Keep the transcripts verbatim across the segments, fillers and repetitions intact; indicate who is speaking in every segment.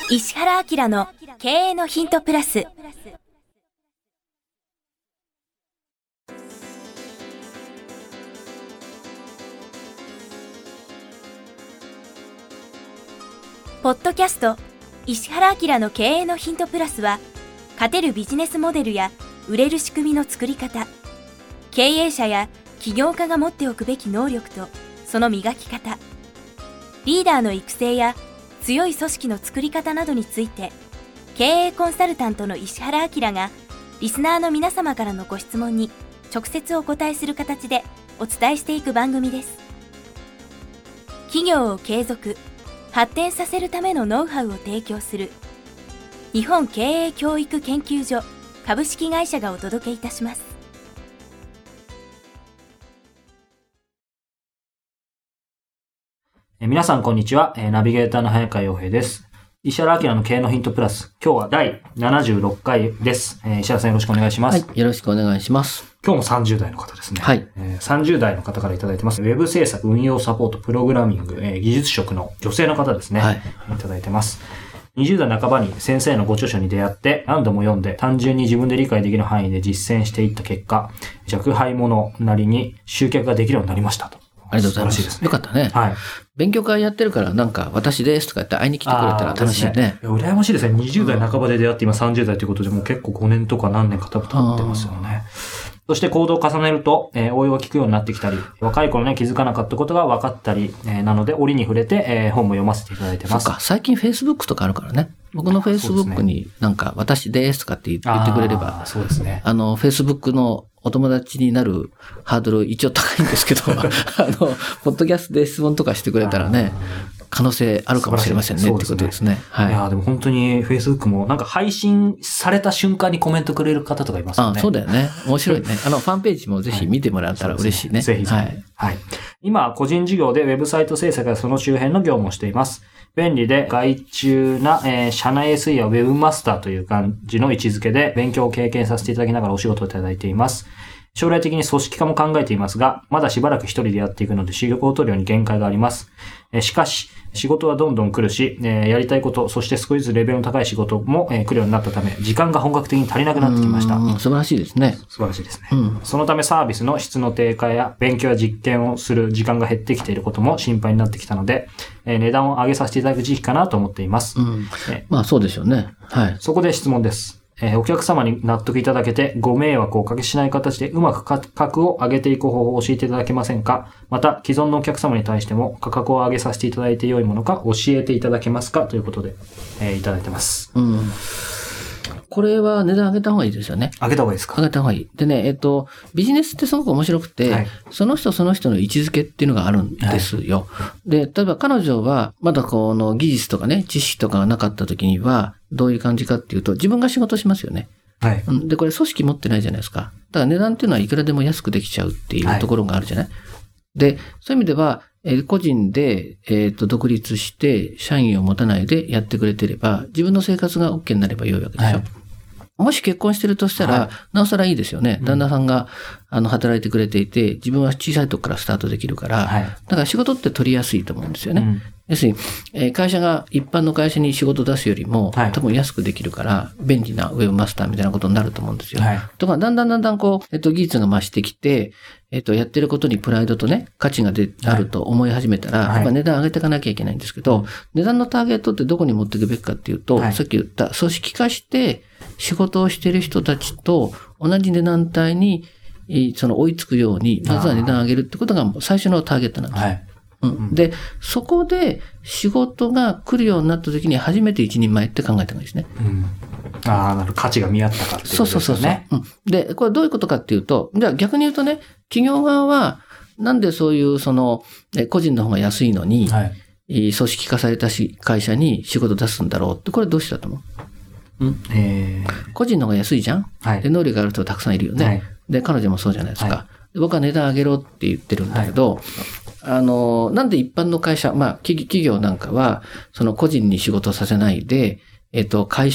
Speaker 1: 石原明の経営のヒントプラス。ポッドキャスト石原明の経営のヒントプラスは、勝てるビジネスモデルや売れる仕組みの作り方、経営者や起業家が持っておくべき能力とその磨き方、リーダーの育成や強い組織の作り方などについて、経営コンサルタントの石原明がリスナーの皆様からのご質問に直接お答えする形でお伝えしていく番組です。企業を継続発展させるためのノウハウを提供する日本経営教育研究所株式会社がお届けいたします。
Speaker 2: え皆さんこんにちは。ナビゲーターの早川洋平です。石原明の経営のヒントプラス。今日はだいななじゅうろっかいです。えー、石原さんよろしくお願いします。
Speaker 3: はい、よろしくお願いします。
Speaker 2: 今日もさんじゅう代の方ですね。
Speaker 3: はい。
Speaker 2: えー、さんじゅう代の方からいただいてます。ウェブ制作、運用サポート、プログラミング、えー、技術職の女性の方ですね。はい。いただいてます。にじゅう代半ばに先生のご著書に出会って何度も読んで単純に自分で理解できる範囲で実践していった結果、若輩者なりに集客ができるようになりましたと。
Speaker 3: ありがとうございます。
Speaker 2: 素晴らしいですね。
Speaker 3: よかったね。はい。勉強会やってるからなんか私ですとか言って会いに来てくれたら楽しいね。
Speaker 2: ね、羨ましいですね。にじゅう代半ばで出会って今さんじゅう代ということでもう結構ごねんとか何年か経ってますよね。そして行動を重ねると、えー、応用が効くようになってきたり、若い頃ね気づかなかったことが分かったり、えー、なので折に触れて、えー、本も読ませていただいてます。
Speaker 3: そうか、最近 Facebook とかあるからね。僕の Facebook になんか私ですとかって言ってくれれば、
Speaker 2: そうですね。
Speaker 3: あの Facebook のお友達になるハードル一応高いんですけど、あの、ポッドキャストで質問とかしてくれたらね、可能性あるかもしれませんねってことですね。はい。
Speaker 2: いやでも本当に Facebook もなんか配信された瞬間にコメントくれる方とかいますよね。
Speaker 3: あ、そうだよね。面白いね。あのファンページもぜひ見てもらったら嬉しいね。はい、
Speaker 2: ぜひぜひ。はい。はい。今、個人事業でウェブサイト制作やその周辺の業務をしています。便利で外注な、えー、社内 エスイー やウェブマスターという感じの位置づけで勉強を経験させていただきながらお仕事をいただいています。将来的に組織化も考えていますが、まだしばらく一人でやっていくので仕事量に限界があります。えー、しかし、仕事はどんどん来るし、えー、やりたいこと、そして少しずつレベルの高い仕事も、えー、来るようになったため、時間が本格的に足りなくなってきました。
Speaker 3: 素晴らしいですね。
Speaker 2: 素晴らしいですね。うん、そのためサービスの質の低下や勉強や実験をする時間が減ってきていることも心配になってきたので、えー、値段を上げさせていただく時期かなと思っています。
Speaker 3: うんえー、まあそうでしょうね。はい。
Speaker 2: そこで質問です。えー、お客様に納得いただけてご迷惑をおかけしない形でうまく価格を上げていく方法を教えていただけませんか？また既存のお客様に対しても価格を上げさせていただいて良いものか教えていただけますかということで、えー、いただいてます。
Speaker 3: うん。これは値段上げた方がいいですよね。
Speaker 2: 上げた方がいいですか？
Speaker 3: 上げた方がいい。でね、えっと、ビジネスってすごく面白くて、はい、その人その人の位置づけっていうのがあるんですよ。はい、で、例えば彼女はまだこの技術とかね、知識とかがなかった時には、どういう感じかっていうと、自分が仕事しますよね。はい。で、これ組織持ってないじゃないですか。だから値段っていうのはいくらでも安くできちゃうっていうところがあるじゃない。はい、で、そういう意味では、えー、個人で、えっと、独立して、社員を持たないでやってくれてれば、自分の生活が OK になれば良いわけでしょ。はい、もし結婚してるとしたら、はい、なおさらいいですよね。旦那さんが、あの、働いてくれていて、自分は小さいとこからスタートできるから、はい、だから仕事って取りやすいと思うんですよね。うん、要するに、えー、会社が一般の会社に仕事を出すよりも、はい、多分安くできるから、便利なウェブマスターみたいなことになると思うんですよ。はい、とか、だんだんだんだんこう、えっと、技術が増してきて、えっと、やってることにプライドとね、価値がであると思い始めたら、はい、やっぱ値段上げていかなきゃいけないんですけど、はい、値段のターゲットってどこに持っていくべきかっていうと、はい、さっき言った組織化して仕事をしている人たちと同じ値段帯に、その追いつくように、まずは値段上げるってことが最初のターゲットなんです。はいうん、で、そこで仕事が来るようになった時に初めて一人前って考えた方がいいですね。
Speaker 2: うん、ああ、なるほど。価値が見合ったかっていうことですね。
Speaker 3: そうそうそうそう、うん。で、これどういうことかっていうと、じゃあ逆に言うとね、企業側はなんでそういうその個人の方が安いのに、はい、組織化された会社に仕事出すんだろうって、これどうしてだと思う？うんえー、個人の方が安いじゃん、はい、で能力がある人たくさんいるよね、はい、で彼女もそうじゃないですか、はい、僕は値段上げろって言ってるんだけど、はい、あのなんで一般の会社、まあ企業なんかはその個人に仕事させないで、えっと会社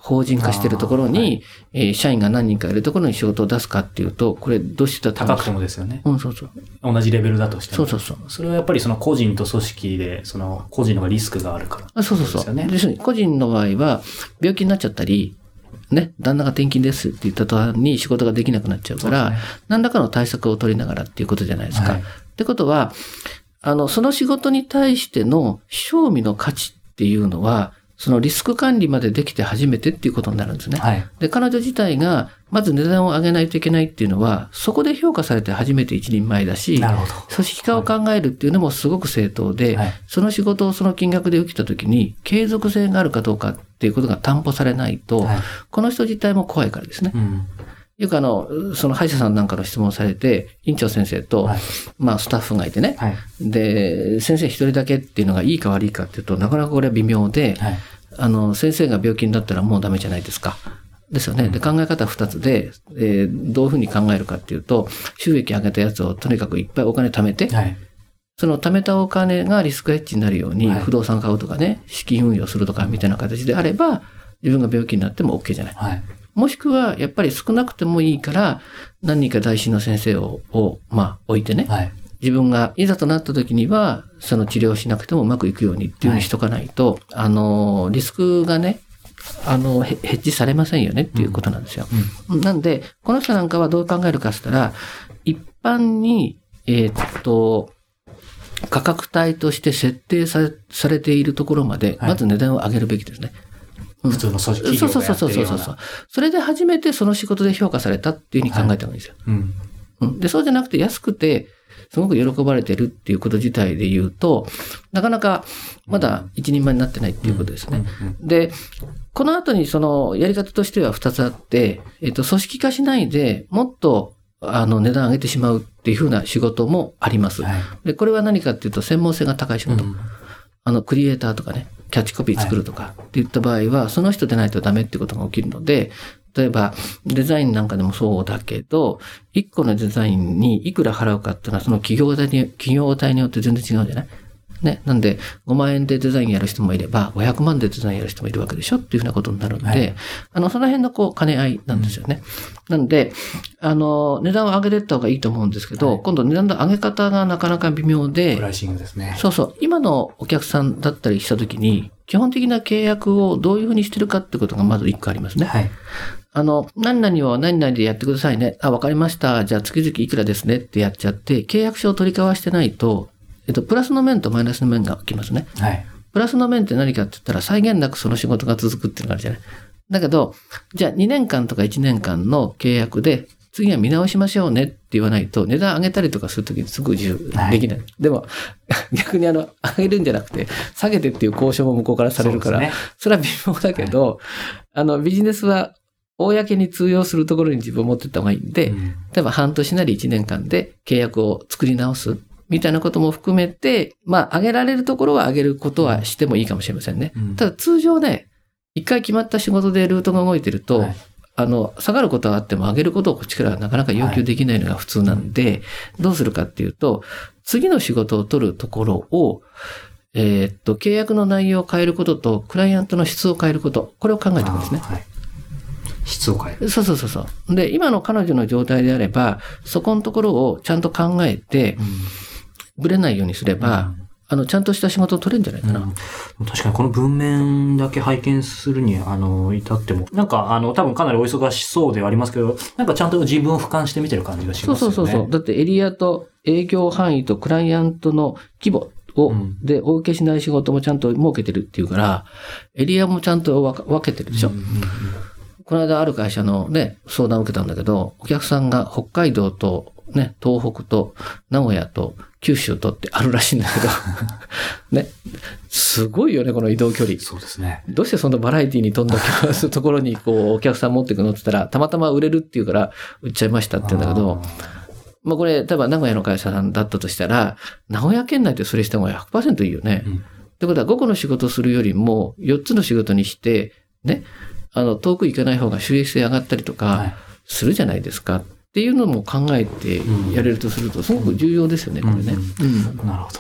Speaker 3: 法人化してるところに、はいえー、社員が何人かいるところに仕事を出すかっていうと、これどうしてた
Speaker 2: 高くてもですよね。
Speaker 3: うん、そうそう。
Speaker 2: 同じレベルだとしても。
Speaker 3: そうそうそう。
Speaker 2: それはやっぱりその個人と組織で、その個人の方がリスクがあるから、ね。
Speaker 3: あそうそうそう。要するに個人の場合は、病気になっちゃったり、ね、旦那が転勤ですって言った途端に仕事ができなくなっちゃうから、ね、何らかの対策を取りながらっていうことじゃないですか。はい、ってことは、あの、その仕事に対しての賞味の価値っていうのは、そのリスク管理までできて初めてっていうことになるんですね。はい、で、彼女自体がまず値段を上げないといけないっていうのは、そこで評価されて初めて一人前だし、なるほど。組織化を考えるっていうのもすごく正当で、はい、その仕事をその金額で受けたときに継続性があるかどうかっていうことが担保されないと、はい、この人自体も怖いからですね。うんよくあの、その歯医者さんなんかの質問されて、院長先生と、はい、まあスタッフがいてね、はい、で、先生一人だけっていうのがいいか悪いかっていうと、なかなかこれは微妙で、はい、あの、先生が病気になったらもうダメじゃないですか。ですよね。で、考え方二つで、えー、どういうふうに考えるかっていうと、収益上げたやつをとにかくいっぱいお金貯めて、はい、その貯めたお金がリスクヘッジになるように、不動産買うとかね、資金運用するとかみたいな形であれば、自分が病気になっても OK じゃない。はいもしくは、やっぱり少なくてもいいから、何人か大師の先生を、をまあ、置いてね、はい。自分がいざとなった時には、その治療しなくてもうまくいくようにっていうふうにしとかないと、はい、あの、リスクがね、あの、ヘッジされませんよねっていうことなんですよ。うんうん、なんで、この人なんかはどう考えるかって言ったら、一般に、えー、っと、価格帯として設定され、されているところまで、まず値段を上げるべきですね。はい
Speaker 2: 普通の組織業がやってるような。
Speaker 3: そうそうそうそうそう。それで初めてその仕事で評価されたっていうふうに考えた方がいいんですよ。はいうん、で、そうじゃなくて安くて、すごく喜ばれてるっていうこと自体で言うと、なかなかまだ一人前になってないっていうことですね。うんうんうん、で、この後にそのやり方としては二つあって、えっと、組織化しないでもっとあの値段上げてしまうっていうふうな仕事もあります。はい、で、これは何かっていうと専門性が高い仕事。うんあの、クリエイターとかね、キャッチコピー作るとかって言った場合は、その人でないとダメってことが起きるので、例えば、デザインなんかでもそうだけど、一個のデザインにいくら払うかっていうのは、その企業体に、企業体によって全然違うじゃないね。なんで、ごまんえんでデザインやる人もいれば、ごひゃくまんでデザインやる人もいるわけでしょっていうふうなことになるので、はい、あの、その辺のこう、兼ね合いなんですよね。うん、なんで、あの、値段を上げていった方がいいと思うんですけど、はい、今度値段の上げ方がなかなか微妙で、
Speaker 2: プライシングですね。
Speaker 3: そうそう。今のお客さんだったりしたときに、基本的な契約をどういうふうにしてるかってことがまず一個ありますね。はい。あの、何々を何々でやってくださいね。あ、わかりました。じゃあ月々いくらですねってやっちゃって、契約書を取り交わしてないと、えっと、プラスの面とマイナスの面が起きますね。はい。プラスの面って何かって言ったら、際限なくその仕事が続くっていうのがあるじゃない。だけど、じゃあにねんかんとかいちねんかんの契約で、次は見直しましょうねって言わないと、値段上げたりとかするときにすぐ自由できない。はい、でも、逆にあの、上げるんじゃなくて、下げてっていう交渉も向こうからされるから、そ, ね、それは微妙だけど、はい、あの、ビジネスは、公に通用するところに自分を持っていった方がいいんで、うん、例えば半年なりいちねんかんで契約を作り直す。みたいなことも含めて、まあ、上げられるところは上げることはしてもいいかもしれませんね。うん、ただ通常ね、一回決まった仕事でルートが動いてると、はい、あの、下がることはあっても上げることをこっちからなかなか要求できないのが普通なんで、はい、どうするかっていうと、次の仕事を取るところを、えー、っと、契約の内容を変えることと、クライアントの質を変えること、これを考えていくんですね。はい、
Speaker 2: 質を変える。
Speaker 3: そうそうそうそう。で、今の彼女の状態であれば、そこのところをちゃんと考えて、うんぶれないようにすれば、うん、あの、ちゃんとした仕事を取れるんじゃないかな。
Speaker 2: うん、確かにこの文面だけ拝見するに、あの、至っても、なんか、あの、多分かなりお忙しそうではありますけど、なんかちゃんと自分を俯瞰して見てる感じがしますよね。
Speaker 3: そうそうそうそう。だってエリアと営業範囲とクライアントの規模を、うん、で、お受けしない仕事もちゃんと設けてるっていうから、エリアもちゃんと分けてるでしょ。うんうんうん、この間ある会社のね、相談を受けたんだけど、お客さんが北海道とね、東北と名古屋と九州とってあるらしいんだけど、ね、すごいよね、この移動距離。
Speaker 2: そうですね。
Speaker 3: どうしてそんなバラエティに富んだところにこうお客さん持っていくのって言ったら、たまたま売れるっていうから売っちゃいましたって言うんだけど、まあこれ、例えば名古屋の会社さんだったとしたら、名古屋県内でそれした方が ひゃくパーセント いいよね。うん、ってことはごこの仕事をするよりもよっつの仕事にして、ね、あの、遠く行かない方が収益性上がったりとかするじゃないですか。はいっていうのも考えてやれるとするとすごく重要ですよね、うん、これね、
Speaker 2: うんうん。なるほど。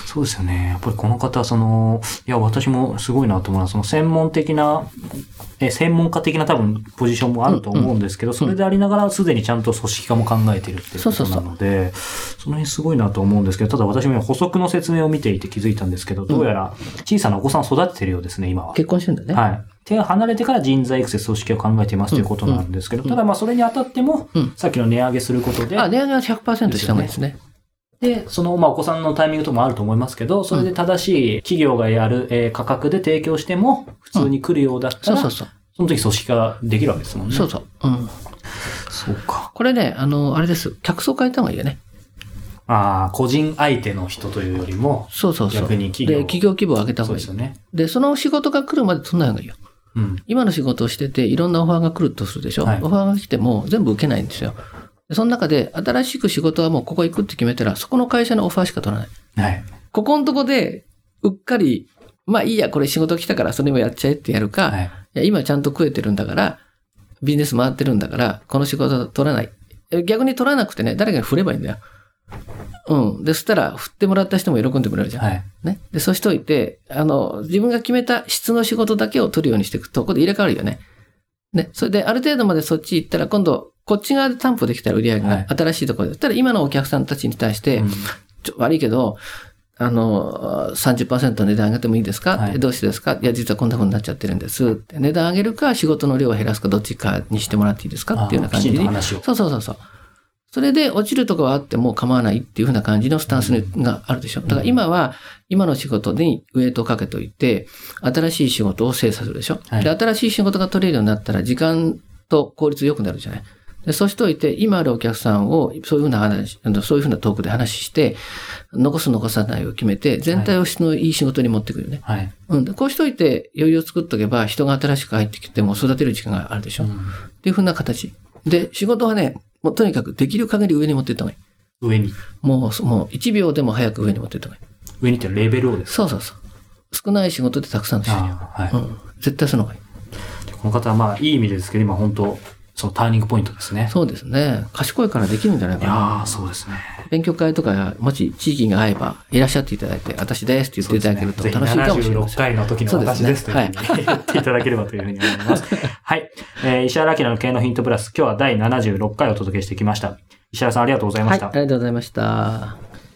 Speaker 2: そうですよね。やっぱりこの方はその、いや、私もすごいなと思うのは、その専門的な、え、専門家的な多分ポジションもあると思うんですけど、うんうん、それでありながらすでにちゃんと組織化も考えているっていうことなので、そうそうそう、その辺すごいなと思うんですけど、ただ私も補足の説明を見ていて気づいたんですけど、どうやら小さなお子さんを育ててるようですね、今は。
Speaker 3: 結婚してるんだね。
Speaker 2: はい。手が離れてから人材育成組織を考えていますということなんですけど、うんうん、ただまあそれにあたっても、うん、さっきの値上げすることで。
Speaker 3: あ、値上げは ひゃくパーセント した方がいいですね。
Speaker 2: で、その、まあ、お子さんのタイミングともあると思いますけど、それで正しい企業がやる、えー、価格で提供しても、普通に来るようだったら、うん、そうそうそう。その時組織化できるわけですもんね。
Speaker 3: そうそう。うん。
Speaker 2: そうか。
Speaker 3: これね、あの、あれです。客層変えた方がいいよね。
Speaker 2: ああ、個人相手の人というよりも、
Speaker 3: そうそうそう。
Speaker 2: 逆に企業。
Speaker 3: で、企業規模を上げた方がいい。
Speaker 2: そうですよね。
Speaker 3: で、その仕事が来るまで取んない方がいいよ。うん。今の仕事をしてて、いろんなオファーが来るとするでしょ。はい、オファーが来ても全部受けないんですよ。その中で、新しく仕事はもうここ行くって決めたら、そこの会社のオファーしか取らない。はい。ここのとこで、うっかり、まあいいや、これ仕事来たからそれもやっちゃえってやるか、はい、いや今ちゃんと食えてるんだから、ビジネス回ってるんだから、この仕事は取らない。逆に取らなくてね、誰かに振ればいいんだよ。うん。で、そしたら、振ってもらった人も喜んでくれるじゃん。はい。ね。で、そうしといて、あの、自分が決めた質の仕事だけを取るようにしていくと、ここで入れ替わるよね。ね。それで、ある程度までそっち行ったら、今度、こっち側で担保できたら売り上げが新しいところで、だったら今のお客さんたちに対して、うん、ちょ悪いけど、あの、さんじゅっパーセント 値段上げてもいいですか、はい、どうしてですか、いや、実はこんな風になっちゃってるんです。値段上げるか、仕事の量を減らすか、どっちかにしてもらっていいですかっていうような感じで。そうそうそうそう。それで落ちるところはあっても構わないっていう風な感じのスタンスがあるでしょ。だから今は、今の仕事にウェイトをかけといて、新しい仕事を精査するでしょ。はい、で、新しい仕事が取れるようになったら、時間と効率良くなるじゃない。で、そうしといて、今あるお客さんを、そういうふうな話、そういうふうなトークで話して、残す残さないを決めて、全体を質のいい仕事に持ってくるよね。はい。うん。で、こうしといて、余裕を作っとけば、人が新しく入ってきても育てる時間があるでしょ。うん、っていうふうな形。で、仕事はね、もうとにかくできる限り上に持っていった方がいい。
Speaker 2: 上に。
Speaker 3: もう、もういちびょうでも早く上に持っていった方がいい。
Speaker 2: 上にってレベルをですか？
Speaker 3: そうそうそう。少ない仕事でたくさんの収入。はい。うん。絶対その方がいい。
Speaker 2: この方はまあ、いい意味ですけど、今本当、そのターニングポイントですね。
Speaker 3: そうですね。賢いからできるんじゃないかな。
Speaker 2: いやー、そうですね。
Speaker 3: 勉強会とか、もし地域が合えば、いらっしゃっていただいて、私ですって言っていただけると楽しいかもしれません。
Speaker 2: ななじゅうろっかいの時の私ですというふうに言っていただければというふうに思います。はい。えー、石原明の経営のヒントプラス、今日はだいななじゅうろっかいをお届けしてきました。石原さんありがとうございました。
Speaker 3: はい、ありがとうございました。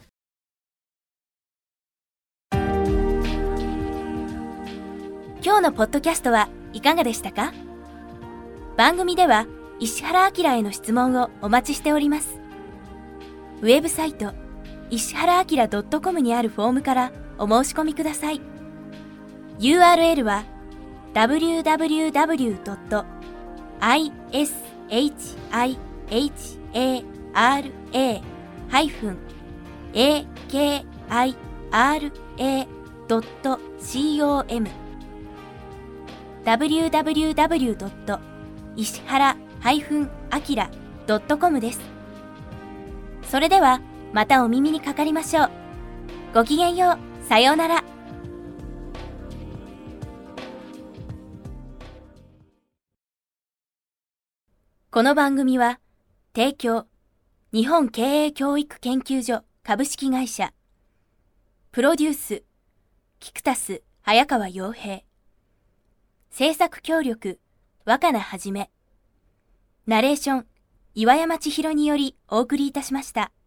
Speaker 1: 今日のポッドキャストはいかがでしたか？番組では石原明への質問をお待ちしております。ウェブサイト石原明 .com にあるフォームからお申し込みください。ユーアールエル は ダブリューダブリューダブリュードットアイエスエイチアイエイチエーアールエー ハイフン エーケーアイアールエー ドット コム ダブリューダブリューダブリュードット石原 アキラ ドットコム です。それではまたお耳にかかりましょう。ごきげんよう。さようなら。この番組は提供日本経営教育研究所株式会社プロデュースキクタス早川洋平制作協力若菜はじめナレーション岩山千尋によりお送りいたしました。